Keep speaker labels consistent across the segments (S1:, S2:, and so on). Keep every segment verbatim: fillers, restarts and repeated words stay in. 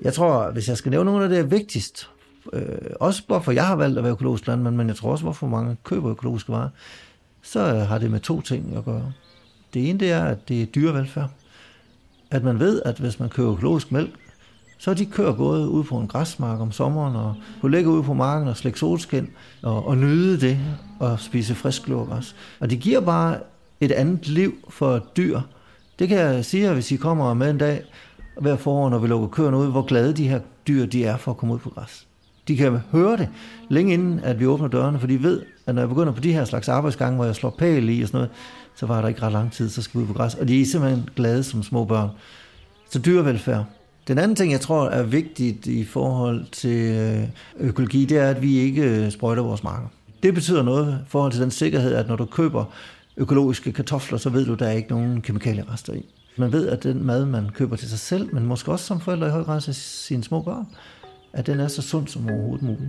S1: Jeg tror, hvis jeg skal nævne nogle af det, er vigtigst, øh, også hvorfor jeg har valgt at være økologisk landmand, men jeg tror også, hvorfor mange køber økologiske varer, så har det med to ting at gøre. Det ene, det er, at det er dyrevelfærd. At man ved, at hvis man køber økologisk mælk, så er de køer gået ud på en græsmark om sommeren, og kunne ligge ude på marken og slække solskin, og, og nyde det, og spise frisk løvgræs. Og det giver bare et andet liv for dyr. Det kan jeg sige, hvis I kommer med en dag, hver forår, når vi lukker køerne ud, hvor glade de her dyr de er for at komme ud på græs. De kan høre det længe inden, at vi åbner dørene, for de ved, at når jeg begynder på de her slags arbejdsgange, hvor jeg slår pæl i og sådan noget, så var der ikke ret lang tid, så skal vi ud på græs. Og de er simpelthen glade som små børn. Så dyrevelfærd. Den anden ting, jeg tror er vigtigt i forhold til økologi, det er, at vi ikke sprøjter vores marker. Det betyder noget i forhold til den sikkerhed, at når du køber økologiske kartofler, så ved du, at der er ikke nogen kemikalierester i. Man ved, at den mad, man køber til sig selv, men måske også som forældre i høj grad til sine små børn, at den er så sund som overhovedet muligt.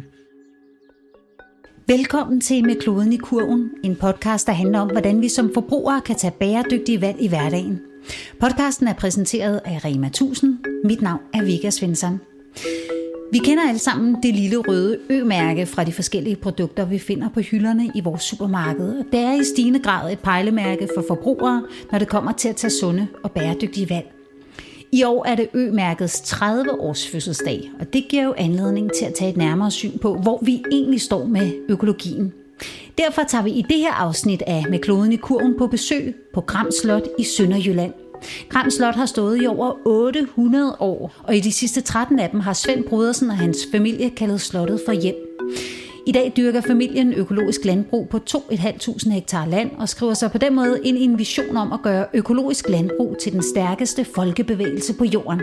S2: Velkommen til Med kloden i kurven, en podcast, der handler om, hvordan vi som forbrugere kan tage bæredygtige valg i hverdagen. Podcasten er præsenteret af Rema tusind. Mit navn er Vigga Svensson. Vi kender alle sammen det lille røde Ø-mærke fra de forskellige produkter, vi finder på hylderne i vores supermarked. Det er i stigende grad et pejlemærke for forbrugere, når det kommer til at tage sunde og bæredygtige valg. I år er det Ø-mærkets tredive års fødselsdag, og det giver jo anledning til at tage et nærmere syn på, hvor vi egentlig står med økologien. Derfor tager vi i det her afsnit af Med kloden i kurven på besøg på Gram Slot i Sønderjylland. Gram Slot har stået i over otte hundrede år, og i de sidste tretten af dem har Svend Brodersen og hans familie kaldet slottet for hjem. I dag dyrker familien økologisk landbrug på to tusind fem hundrede hektar land og skriver sig på den måde ind i en vision om at gøre økologisk landbrug til den stærkeste folkebevægelse på jorden.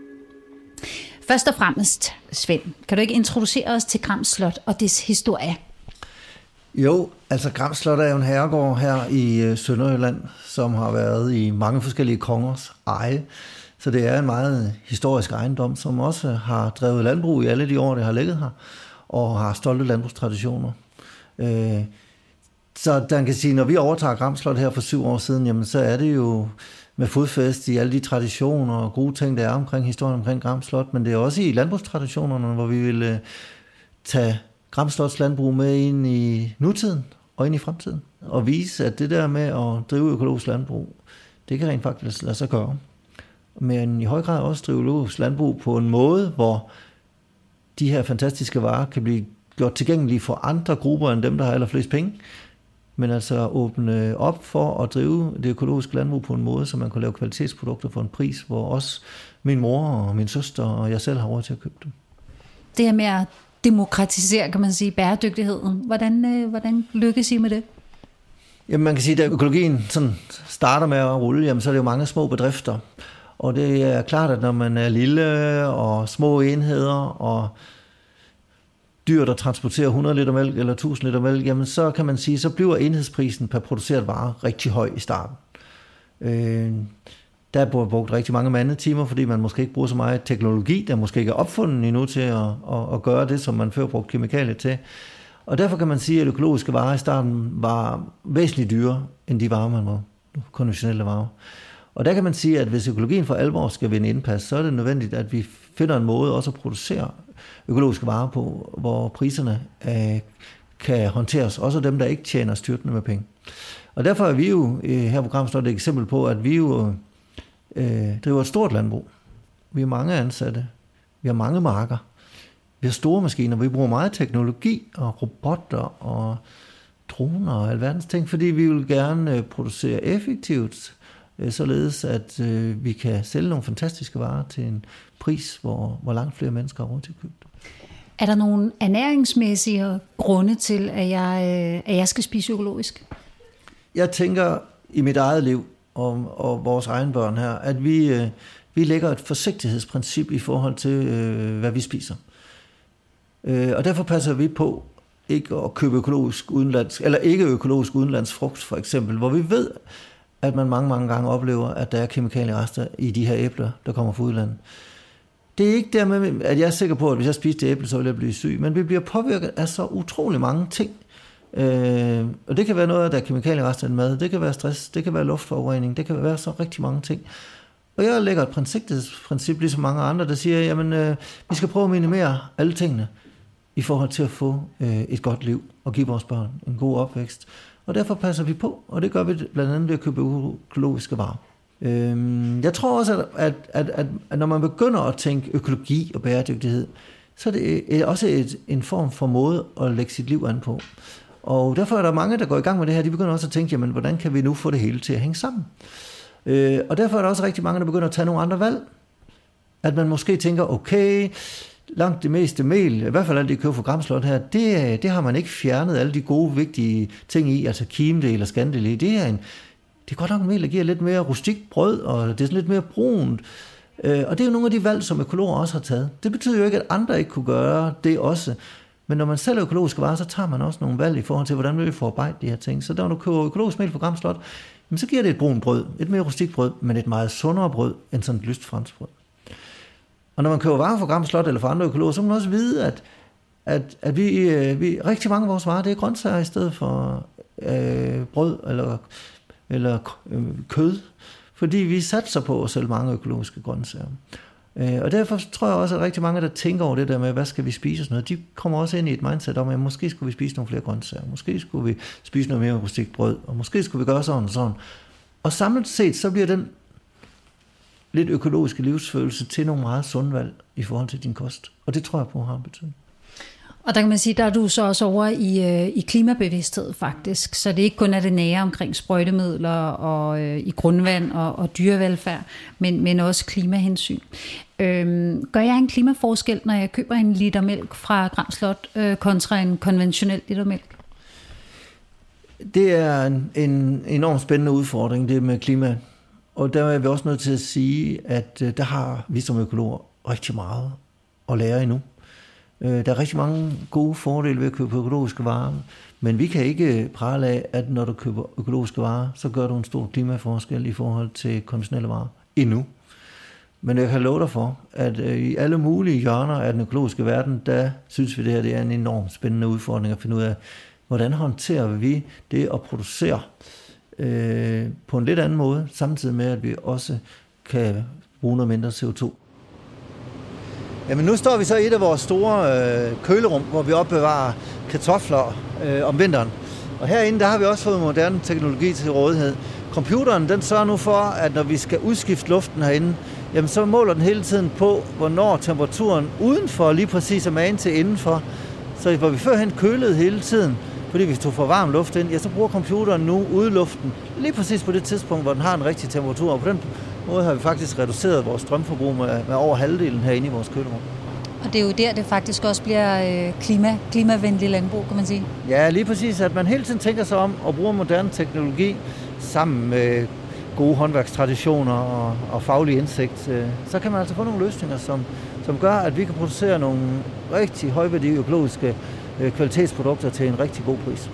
S2: Først og fremmest, Svend, kan du ikke introducere os til Gram Slot og dets historie?
S1: Jo, altså Gram Slot er jo en herregård her i Sønderjylland, som har været i mange forskellige kongers eje. Så det er en meget historisk ejendom, som også har drevet landbrug i alle de år, det har ligget her, og har stolte landbrugstraditioner. Så man kan sige, når vi overtager Gram Slot her for syv år siden, jamen så er det jo med fodfæste i alle de traditioner og gode ting, der er omkring historien omkring Gram Slot, men det er også i landbrugstraditionerne, hvor vi vil tage Gram Slots landbrug med ind i nutiden og ind i fremtiden, og vise, at det der med at drive økologisk landbrug, det kan rent faktisk lade sig gøre. Men i høj grad også drive økologisk landbrug på en måde, hvor de her fantastiske varer kan blive gjort tilgængelige for andre grupper end dem, der har allerflest penge, men altså åbne op for at drive det økologiske landbrug på en måde, så man kan lave kvalitetsprodukter for en pris, hvor også min mor og min søster og jeg selv har råd til at købe dem.
S2: Det her med at demokratisere, kan man sige, bæredygtigheden. Hvordan, hvordan lykkes I med det?
S1: Jamen man kan sige, at økologien sådan starter med at rulle, jamen, så er det jo mange små bedrifter. Og det er klart, at når man er lille og små enheder og dyr, der transporterer hundrede liter mælk eller tusind liter mælk, jamen så kan man sige, så bliver enhedsprisen per produceret vare rigtig høj i starten. Øh, Der er brugt rigtig mange mandetimer, fordi man måske ikke bruger så meget teknologi, der måske ikke er opfundet endnu til at, at, at gøre det, som man før brugte kemikalier til. Og derfor kan man sige, at økologiske varer i starten var væsentligt dyrere, end de varer, man var konventionelle varer. Og der kan man sige, at hvis økologien for alvor skal vinde indpas, så er det nødvendigt, at vi finder en måde også at producere økologiske varer på, hvor priserne øh, kan håndteres, også dem, der ikke tjener styrtende med penge. Og derfor er vi jo her på Gram Slot et eksempel på, at vi jo øh, driver et stort landbrug. Vi har mange ansatte, vi har mange marker, vi har store maskiner, vi bruger meget teknologi og robotter og droner og alverdens ting, fordi vi vil gerne producere effektivt, således at øh, vi kan sælge nogle fantastiske varer til en pris, hvor, hvor langt flere mennesker har råd til at købe det.
S2: Er der nogle ernæringsmæssige grunde til, at jeg, at jeg skal spise økologisk?
S1: Jeg tænker i mit eget liv og, og vores egen børn her, at vi, øh, vi lægger et forsigtighedsprincip i forhold til, øh, hvad vi spiser. Øh, og derfor passer vi på ikke at købe økologisk udenlandsk, eller ikke økologisk udenlandsk frugt for eksempel, hvor vi ved, at man mange, mange gange oplever, at der er kemikalierester i de her æbler, der kommer fra udlandet. Det er ikke dermed, at jeg er sikker på, at hvis jeg spiser det æble, så vil jeg blive syg, men vi bliver påvirket af så utrolig mange ting. Øh, og det kan være noget, der er kemikalierester i mad, det kan være stress, det kan være luftforurening, det kan være så rigtig mange ting. Og jeg lægger et forsigtighedsprincip, ligesom mange andre, der siger, jamen, øh, vi skal prøve at minimere alle tingene i forhold til at få øh, et godt liv og give vores børn en god opvækst. Og derfor passer vi på, og det gør vi blandt andet ved at købe økologiske varer. Øh, jeg tror også, at, at, at, at når man begynder at tænke økologi og bæredygtighed, så er det også et, en form for måde at lægge sit liv an på. Og derfor er der mange, der går i gang med det her, de begynder også at tænke, jamen, hvordan kan vi nu få det hele til at hænge sammen? Øh, og derfor er der også rigtig mange, der begynder at tage nogle andre valg. At man måske tænker, okay, langt det meste mel, i hvert fald alt det køber fra Gramslot her, det, det har man ikke fjernet alle de gode, vigtige ting i, altså kimdel og skandel i. Det er, en, det er godt nok mel, der giver lidt mere rustikt brød, og det er sådan lidt mere brunt. Øh, og det er jo nogle af de valg, som økologer også har taget. Det betyder jo ikke, at andre ikke kunne gøre det også. Men når man sælger økologiske varer, så tager man også nogle valg i forhold til, hvordan vil vi forarbejde de her ting. Så når du køber økologisk mel fra Gramslot, så giver det et brunt brød, et mere rustikt brød, men et meget sundere brød end sådan et lyst fransk brød. Og når man køber varer fra Gramslot eller fra andre økologer, så må man også vide, at, at, at vi, vi, rigtig mange af vores varer, det er grøntsager i stedet for øh, brød eller, eller øh, kød, fordi vi satser på at sælge mange økologiske grøntsager. Øh, og derfor tror jeg også, at rigtig mange, der tænker over det der med, hvad skal vi spise og sådan noget, de kommer også ind i et mindset om, at måske skulle vi spise nogle flere grøntsager, måske skulle vi spise noget mere rustikt brød, og måske skulle vi gøre sådan og sådan. Og samlet set, så bliver den lidt økologiske livsfølelse til nogle meget sunde valg i forhold til din kost. Og det tror jeg på har en betydning.
S2: Og der kan man sige, der er du så også over i, i klimabevidsthed faktisk. Så det er ikke kun er det nære omkring sprøjtemidler og øh, i grundvand og, og dyrevelfærd, men, men også klimahensyn. Øhm, gør jeg en klimaforskel, når jeg køber en liter mælk fra Gramslot øh, kontra en konventionel liter mælk?
S1: Det er en, en enormt spændende udfordring, det med klima. Og der er vi også nødt til at sige, at øh, der har vi som økologer rigtig meget at lære endnu. Der er rigtig mange gode fordele ved at købe økologiske varer, men vi kan ikke prale af, at når du køber økologiske varer, så gør du en stor klimaforskel i forhold til konventionelle varer endnu. Men jeg kan love dig for, at i alle mulige hjørner af den økologiske verden, der synes vi, det her det er en enormt spændende udfordring at finde ud af, hvordan håndterer vi det at producere øh, på en lidt anden måde, samtidig med, at vi også kan bruge noget mindre C O to. Jamen nu står vi så i et af vores store øh, kølerum, hvor vi opbevarer kartofler øh, om vinteren. Og herinde, der har vi også fået moderne teknologi til rådighed. Computeren, den sørger nu for, at når vi skal udskifte luften herinde, jamen så måler den hele tiden på, hvornår temperaturen udenfor lige præcis er magen til indenfor. Så hvor vi førhen kølede hele tiden, fordi vi tog for varm luft ind, ja, så bruger computeren nu udeluften lige præcis på det tidspunkt, hvor den har en rigtig temperatur. Og på den måde har vi faktisk reduceret vores strømforbrug med, med over halvdelen herinde i vores kølerum.
S2: Og det er jo der, det faktisk også bliver øh, klima, klimavenlig landbrug, kan man sige.
S1: Ja, lige præcis, at man hele tiden tænker sig om og bruger moderne teknologi sammen med gode håndværkstraditioner og, og faglig indsigt. Så kan man altså få nogle løsninger, som, som gør, at vi kan producere nogle rigtig højværdige økologiske øh, kvalitetsprodukter til en rigtig god pris.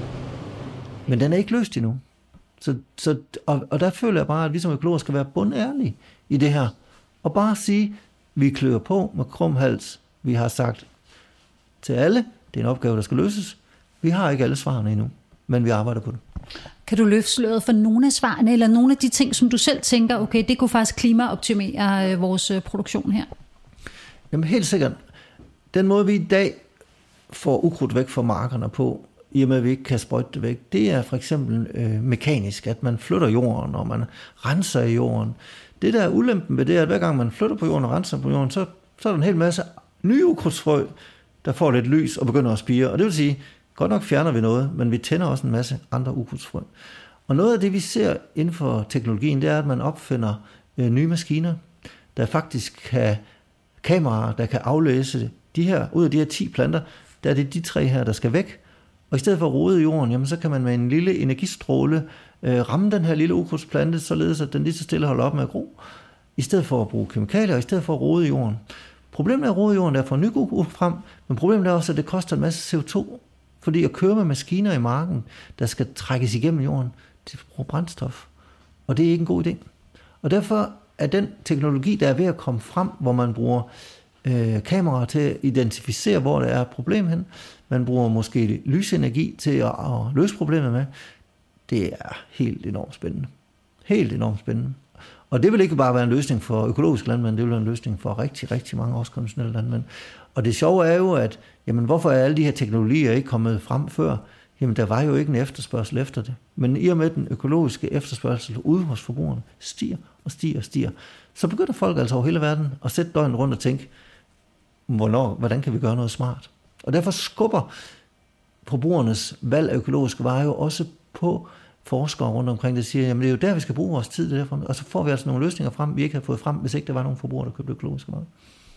S1: Men den er ikke løst endnu. Så, så, og, og der føler jeg bare, at vi som økologer skal være bundærlige i det her. Og bare sige, vi klør på med krum hals. Vi har sagt til alle, det er en opgave, der skal løses. Vi har ikke alle svarene endnu, men vi arbejder på det.
S2: Kan du løfte sløret for nogle af svarene, eller nogle af de ting, som du selv tænker, okay, det kunne faktisk klimaoptimere vores produktion her?
S1: Jamen helt sikkert. Den måde, vi i dag får ukrudt væk fra markerne på, i og med, at vi ikke kan sprøjte det væk, det er for eksempel øh, mekanisk, at man flytter jorden, og man renser i jorden. Det, der er ulempen ved det, er, at hver gang man flytter på jorden og renser på jorden, så, så er der en hel masse nye ukrudtsfrø, der får lidt lys og begynder at spire. Og det vil sige, godt nok fjerner vi noget, men vi tænder også en masse andre ukrudtsfrø. Og noget af det, vi ser inden for teknologien, det er, at man opfinder øh, nye maskiner, der faktisk kan kameraer, der kan aflæse de her, ud af de her ti planter, der er det de tre her, der skal væk. Og i stedet for at rode i jorden, jamen, så kan man med en lille energistråle øh, ramme den her lille ukrudtsplante, således at den lige så stille holder op med at gro, i stedet for at bruge kemikalier, og i stedet for at rode i jorden. Problemet er at rode i jorden, der får ny ukrudt frem, men problemet er også, at det koster en masse C O to, fordi at køre med maskiner i marken, der skal trækkes igennem jorden, det bruger brændstof. Og det er ikke en god idé. Og derfor er den teknologi, der er ved at komme frem, hvor man bruger øh, kameraer til at identificere, hvor der er et problem hen, man bruger måske lysenergi til at, at løse problemet med, det er helt enormt spændende. Helt enormt spændende. Og det vil ikke bare være en løsning for økologiske landmænd, det vil være en løsning for rigtig, rigtig mange også konventionelle landmænd. Og det sjove er jo, at jamen, hvorfor er alle de her teknologier ikke kommet frem før? Jamen, der var jo ikke en efterspørgsel efter det. Men i og med den økologiske efterspørgsel ude hos forbrugerne stiger og stiger og stiger, så begynder folk altså over hele verden at sætte døgnet rundt og tænke, hvornår, hvordan kan vi gøre noget smart? Og derfor skubber forbrugernes valg af økologiske varer jo også på forskere rundt omkring, der siger, jamen det er jo der, vi skal bruge vores tid, derfor. Og så får vi altså nogle løsninger frem, vi ikke har fået frem, hvis ikke der var nogen forbrugere, der købte økologiske varer.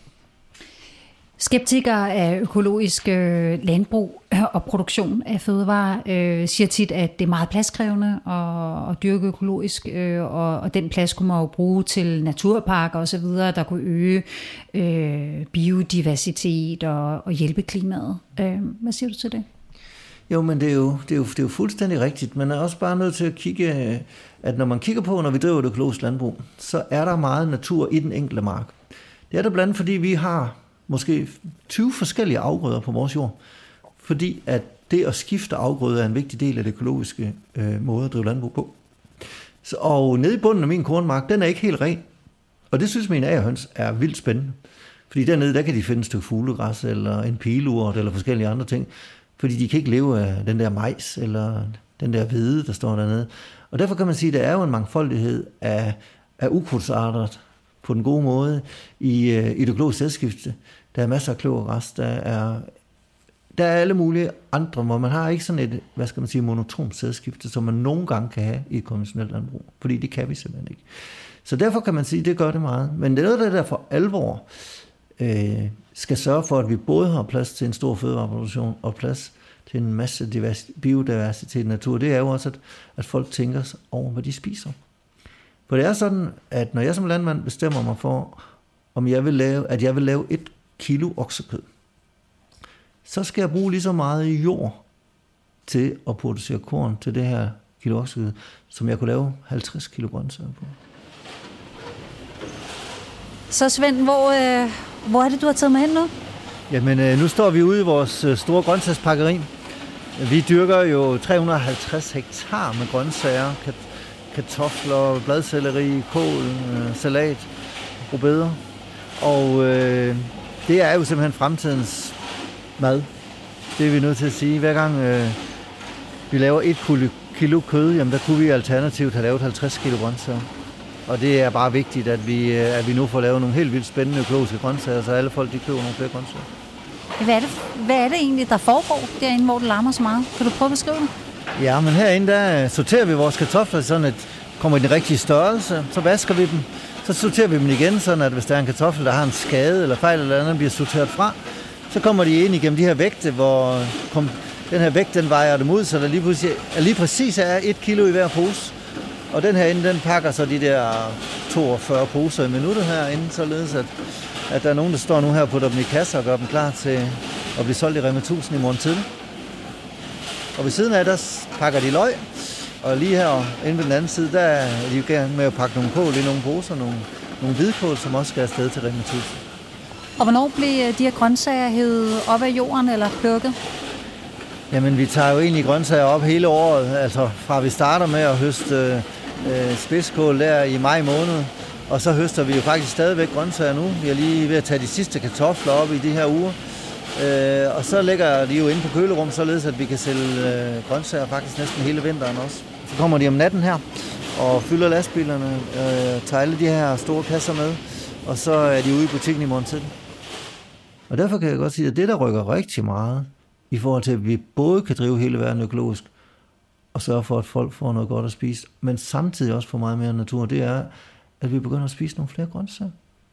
S2: Skeptikere af økologisk landbrug og produktion af fødevarer øh, siger tit, at det er meget pladskrævende at, at dyrke økologisk, øh, og, og den plads kunne man jo bruge til naturparker osv., der kunne øge øh, biodiversitet og, og hjælpe klimaet. Øh, hvad siger du til det?
S1: Jo, men det er jo, det er jo, det er jo fuldstændig rigtigt. Man er også bare nødt til at kigge, at når man kigger på, når vi driver et økologisk landbrug, så er der meget natur i den enkelte mark. Det er der blandt andet, fordi vi har måske tyve forskellige afgrøder på vores jord. Fordi at det at skifte afgrøder er en vigtig del af det økologiske øh, måde at drive landbrug på. Så, og nede i bunden af min kornmark, den er ikke helt ren. Og det synes mine agerhøns er vildt spændende. Fordi dernede, der kan de finde et stykke fuglegræs, eller en pileurt, eller forskellige andre ting. Fordi de kan ikke leve af den der majs, eller den der hvede, der står dernede. Og derfor kan man sige, at der er jo en mangfoldighed af, af ukrudtsarter, på den gode måde, i, i det økologiske sædskifte. Der er masser af kløvergræs, der er, der er alle mulige andre, hvor man har ikke sådan et, hvad skal man sige, monotont sædskifte, som man nogle gange kan have i et konventionelt landbrug, fordi det kan vi simpelthen ikke. Så derfor kan man sige, at det gør det meget. Men det er noget, der for alvor øh, skal sørge for, at vi både har plads til en stor fødevareproduktion og plads til en masse biodiversitet i natur. Det er jo også, at, at folk tænker over, hvad de spiser. For det er sådan, at når jeg som landmand bestemmer mig for, om jeg vil lave, at jeg vil lave et kilo oksekød, så skal jeg bruge lige så meget jord til at producere korn til det her kilo oksekød, som jeg kunne lave halvtreds kilo grøntsager på.
S2: Så Svend, hvor, øh, hvor er det, du har taget mig hen nu?
S1: Jamen, øh, nu står vi ude i vores øh, store grøntsagspakkeri. Vi dyrker jo tre hundrede og halvtreds hektar med grøntsager, kartofler, bladselleri, kål, øh, salat, rødbeder. Og øh, det er jo simpelthen fremtidens mad. Det er vi nødt til at sige. Hver gang øh, vi laver et kilo kød, jamen der kunne vi alternativt have lavet halvtreds kilo grøntsager. Og det er bare vigtigt, at vi, at vi nu får lavet nogle helt vildt spændende økologiske grøntsager, så alle folk de køber nogle flere grøntsager.
S2: Hvad er det, hvad er det egentlig, der foregår derinde, hvor det larmer så meget? Kan du prøve at beskrive det?
S1: Ja, men herinde, der sorterer vi vores kartofler sådan, at kommer i den rigtige størrelse, så vasker vi dem. Så sorterer vi dem igen, sådan at hvis der er en kartoffel, der har en skade eller fejl eller andet, bliver sorteret fra, så kommer de ind igennem de her vægte, hvor kom, den her vægt, den vejer dem ud, så der lige præcis, lige præcis er et kilo i hver pose. Og den her inde, den pakker så de der toogfyrre poser i minuttet herinde, således at, at der er nogen, der står nu her og putter dem i kasser og gør dem klar til at blive solgt i Rema tusind i morgen tidlig. Og ved siden af, der pakker de løg, og lige her inde på den anden side, der er de i gang med at pakke nogle kål i nogle poser, nogle, nogle hvidkål, som også skal afsted til Rema tusind.
S2: Og hvornår bliver de her grøntsager hævet op af jorden eller plukket?
S1: Jamen, vi tager jo egentlig grøntsager op hele året, altså fra vi starter med at høste øh, spidskål der i maj måned, og så høster vi jo faktisk stadigvæk grøntsager nu. Vi er lige ved at tage de sidste kartofler op i de her uger, øh, og så ligger de jo inde på kølerum, således at vi kan sælge øh, grøntsager faktisk næsten hele vinteren også. Så kommer de om natten her og fylder lastbilerne, øh, tager alle de her store kasser med, og så er de ude i butikken i morgen tidlig. Og derfor kan jeg godt sige, at det, der rykker rigtig meget, i forhold til, at vi både kan drive hele verden økologisk, og sørge for, at folk får noget godt at spise, men samtidig også får meget mere natur, det er, at vi begynder at spise nogle flere grøntsager.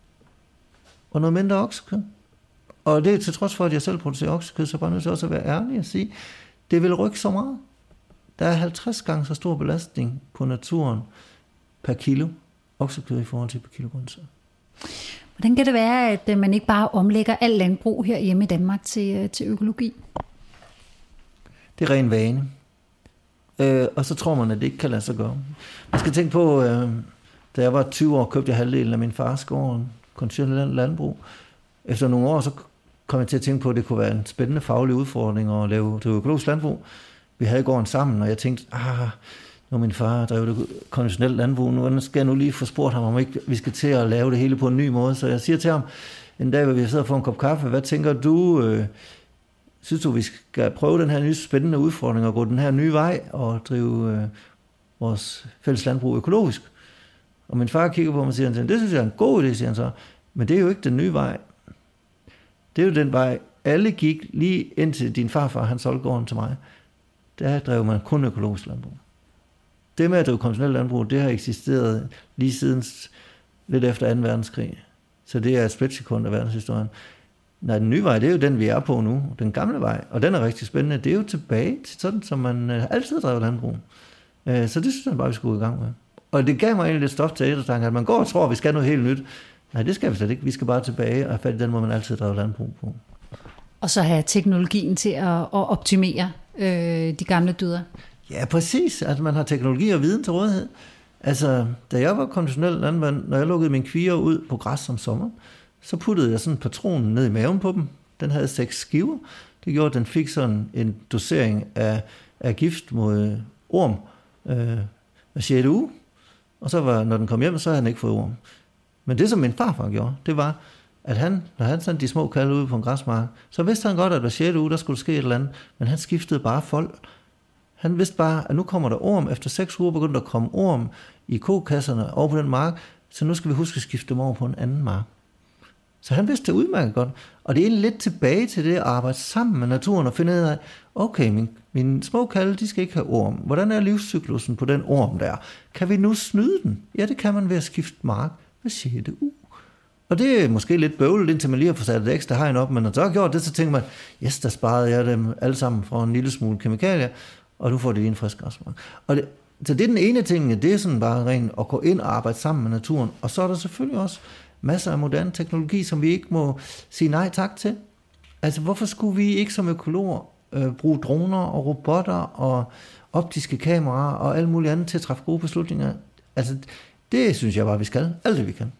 S1: Og noget mindre oksekød. Og det er til trods for, at jeg selv producerer oksekød, så er jeg bare nødt til også at være ærlig og sige, det vil rykke så meget. Der er halvtreds gange så stor belastning på naturen per kilo oksekød i forhold til per kilo grøntsager.
S2: Hvordan kan det være, at man ikke bare omlægger al landbrug her hjemme i Danmark til, til økologi?
S1: Det er ren vane. Øh, og så tror man, at det ikke kan lade sig gøre. Man skal tænke på, øh, da jeg var tyve år, købte jeg halvdelen af min fars gård, en konventionel landbrug. Efter nogle år, så kom jeg til at tænke på, at det kunne være en spændende faglig udfordring at lave det økologisk landbrug. Vi havde gården sammen, og jeg tænkte, ah, når min far drev det konventionelt landbrug, nu skal jeg nu lige få spurgt ham, om ikke vi skal til at lave det hele på en ny måde. Så jeg siger til ham, en dag, hvor vi sidder og får en kop kaffe, hvad tænker du, øh, synes du, vi skal prøve den her nye spændende udfordring og gå den her nye vej og drive øh, vores fælles landbrug økologisk? Og min far kigger på mig og siger, det synes jeg er en god idé, siger han så, men det er jo ikke den nye vej. Det er jo den vej, alle gik lige indtil din farfar, han solgte gården til mig. Der drev man kun økologisk landbrug. Det med at drive konventionelt landbrug, det har eksisteret lige siden lidt efter anden verdenskrig. Så det er et splitsekund af verdenshistorien. Nej, den nye vej, det er jo den, vi er på nu. Den gamle vej, og den er rigtig spændende. Det er jo tilbage til sådan, som man altid har drevet landbrug. Så det synes jeg bare, vi skulle gå i gang med. Og det gav mig egentlig lidt stof til eftertanke, at man går og tror, at vi skal noget helt nyt. Nej, det skal vi slet ikke. Vi skal bare tilbage og have fat i den måde, man altid har drevet landbrug på.
S2: Og så have teknologien til at, at optimere øh, de gamle dyder.
S1: Ja, præcis. Altså, man har teknologi og viden til rådighed. Altså, da jeg var konventionel landmand, når jeg lukkede mine kvier ud på græs om sommer, så puttede jeg sådan en patron ned i maven på dem. Den havde seks skiver. Det gjorde, at den fik sådan en dosering af, af gift mod orm øh, hver sjette uge. Og så var, når den kom hjem, så havde han ikke fået orm. Men det, som min farfar gjorde, det var, at han, når han sendte de små kalve ude på en græsmark, så vidste han godt, at hver sjette uge, der skulle ske et eller andet, men han skiftede bare fold. Han vidste bare, at nu kommer der orm. Efter seks uger begyndte der at komme orm i kokasserne over på den mark, så nu skal vi huske at skifte dem over på en anden mark. Så han vidste det udmærket godt. Og det er egentlig lidt tilbage til det at arbejde sammen med naturen og finde ud af, okay, min, mine små kalve, de skal ikke have orm. Hvordan er livscyklusen på den orm der? Kan vi nu snyde den? Ja, det kan man ved at skifte mark hver sjette uge. Og det er måske lidt bøvlet, indtil man lige har fået sat et ekstra hegn op, men når så har gjort det, så tænker man, yes, der sparede jeg dem alle sammen fra en lille smule kemikalier, og nu får de en frisk græsmark. Og det, så det er den ene ting, det er sådan bare rent at gå ind og arbejde sammen med naturen. Og så er der selvfølgelig også masser af moderne teknologi, som vi ikke må sige nej tak til. Altså, hvorfor skulle vi ikke som økologer øh, bruge droner og robotter og optiske kameraer og alt muligt andet til at træffe gode beslutninger? Altså, det synes jeg bare, vi skal. Alt det, vi kan.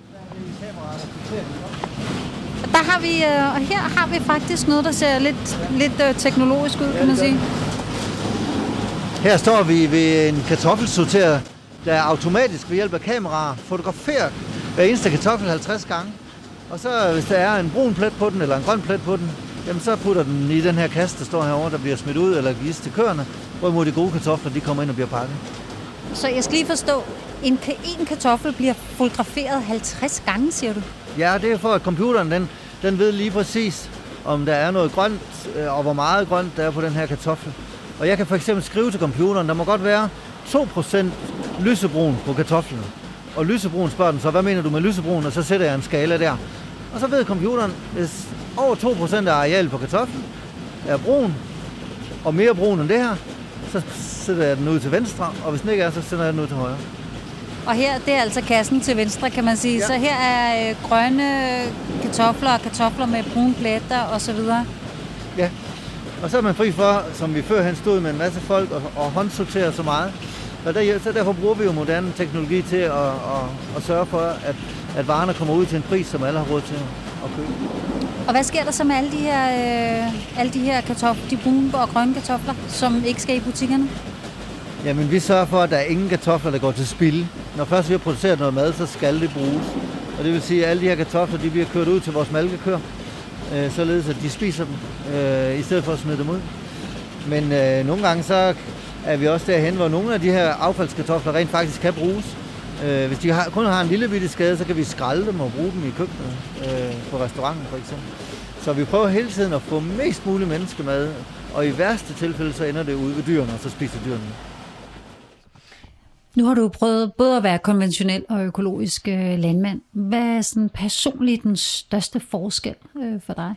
S2: Der har vi, og her har vi faktisk noget, der ser lidt, lidt teknologisk ud, kan man sige.
S1: Her står vi ved en kartoffelsorter, der automatisk ved hjælp af kameraer fotograferer hver eneste kartoffel halvtreds gange. Og så hvis der er en brun plet på den, eller en grøn plet på den, jamen så putter den i den her kasse, der står herovre, der bliver smidt ud eller gives til køerne, hvorimod de gode kartofler, de kommer ind og bliver pakket.
S2: Så jeg skal lige forstå, en, en kartoffel bliver fotograferet halvtreds gange, siger du?
S1: Ja, det er for, at computeren, den, den ved lige præcis, om der er noget grønt, og hvor meget grønt der er på den her kartoffel. Og jeg kan for eksempel skrive til computeren, der må godt være to procent lysebrun på kartoflen. Og lysebrun spørger den så, hvad mener du med lysebrun? Og så sætter jeg en skala der. Og så ved computeren, hvis over to procent af arealet på kartoflen er brun, og mere brun end det her, så sætter jeg den ud til venstre, og hvis den ikke er, så sender jeg den ud til højre.
S2: Og her, det er altså kassen til venstre, kan man sige. Ja. Så her er øh, grønne kartofler og kartofler med brune pletter osv.
S1: Ja, og så er man fri for, som vi førhen stod med en masse folk, og, og håndsortere så meget. Og der, så derfor bruger vi jo moderne teknologi til at, at, at sørge for, at, at varerne kommer ud til en pris, som alle har råd til at købe.
S2: Og hvad sker der så med alle de her, øh, alle de her kartofler, de brune og grønne kartofler, som ikke skal i butikkerne?
S1: Jamen, vi sørger for, at der er ingen kartofler, der går til spilde. Når først vi har produceret noget mad, så skal det bruges. Og det vil sige, at alle de her kartofler, de bliver kørt ud til vores malkekøer, øh, således at de spiser dem, øh, i stedet for at smide dem ud. Men øh, nogle gange så er vi også derhen, hvor nogle af de her affaldskartofler rent faktisk kan bruges. Øh, hvis de har, kun har en lille bitte skade, så kan vi skralde dem og bruge dem i køkkenet, øh, på restauranten for eksempel. Så vi prøver hele tiden at få mest muligt menneskemad, og i værste tilfælde så ender det ude ved dyrene, og så spiser dyrene.
S2: Nu har du prøvet både at være konventionel og økologisk øh, landmand. Hvad er sådan personligt den største forskel øh, for dig?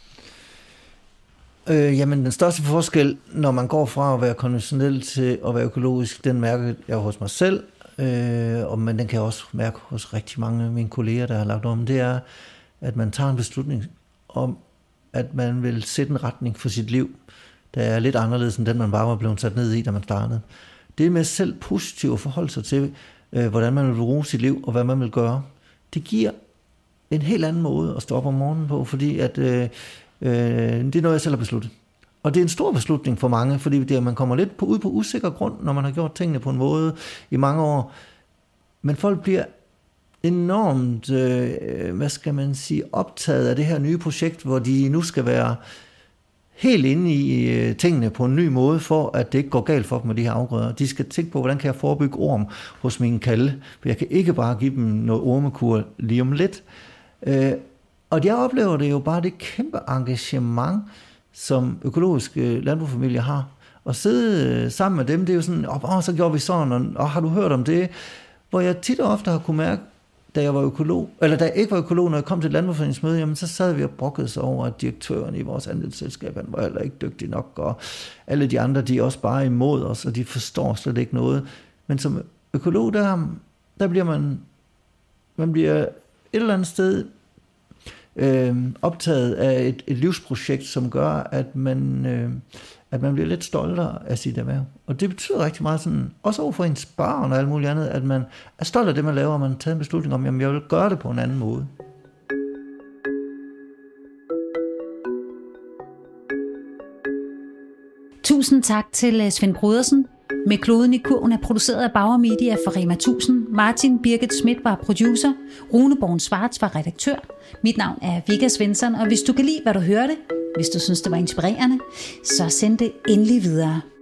S1: Øh, jamen den største forskel, når man går fra at være konventionel til at være økologisk, den mærker jeg hos mig selv, øh, og, men den kan jeg også mærke hos rigtig mange af mine kolleger, der har lagt om, det er, at man tager en beslutning om, at man vil sætte en retning for sit liv, der er lidt anderledes end den, man bare var blevet sat ned i, da man startede. Det med selv positivt at forholde sig til, øh, hvordan man vil bruge sit liv, og hvad man vil gøre, det giver en helt anden måde at stå op om morgenen på, fordi at, øh, øh, det er noget, jeg selv har besluttet. Og det er en stor beslutning for mange, fordi det er, man kommer lidt på, ud på usikker grund, når man har gjort tingene på en måde i mange år. Men folk bliver enormt, øh, hvad skal man sige, optaget af det her nye projekt, hvor de nu skal være helt inde i øh, tingene på en ny måde, for at det ikke går galt for dem med de her afgrøder. De skal tænke på, hvordan kan jeg forebygge orm hos mine kalve, for jeg kan ikke bare give dem noget ormekur lige om lidt. Øh, og jeg oplever det jo bare det kæmpe engagement, som økologiske landbrugsfamilier har. Og sidde sammen med dem, det er jo sådan, åh, oh, så gjorde vi sådan, og oh, har du hørt om det? Hvor jeg tit og ofte har kunne mærke, da jeg var økolog, eller da jeg ikke var økolog, når jeg kom til et landbrugsforeningsmøde, jamen så sad vi og brokkede sig over, at direktøren i vores andelsselskab, han var heller ikke dygtig nok, og alle de andre, de er også bare imod os, og de forstår slet ikke noget. Men som økolog, der, der bliver man, man bliver et eller andet sted øh, optaget af et, et livsprojekt, som gør, at man, øh, at man bliver lidt stoltere af sit erhverv. Og det betyder rigtig meget, sådan, også overfor ens børn og alt muligt andet, at man er stolt af det, man laver, og man har taget en beslutning om, jamen jeg vil gøre det på en anden måde.
S2: Tusind tak til Svend Brodersen. Med kloden i kurven er produceret af Bauer Media for Rema tusind. Martin Birgit Schmidt var producer. Rune Born Svarts var redaktør. Mit navn er Vigga Svensson, og hvis du kan lide, hvad du hørte, hvis du synes, det var inspirerende, så send det endelig videre.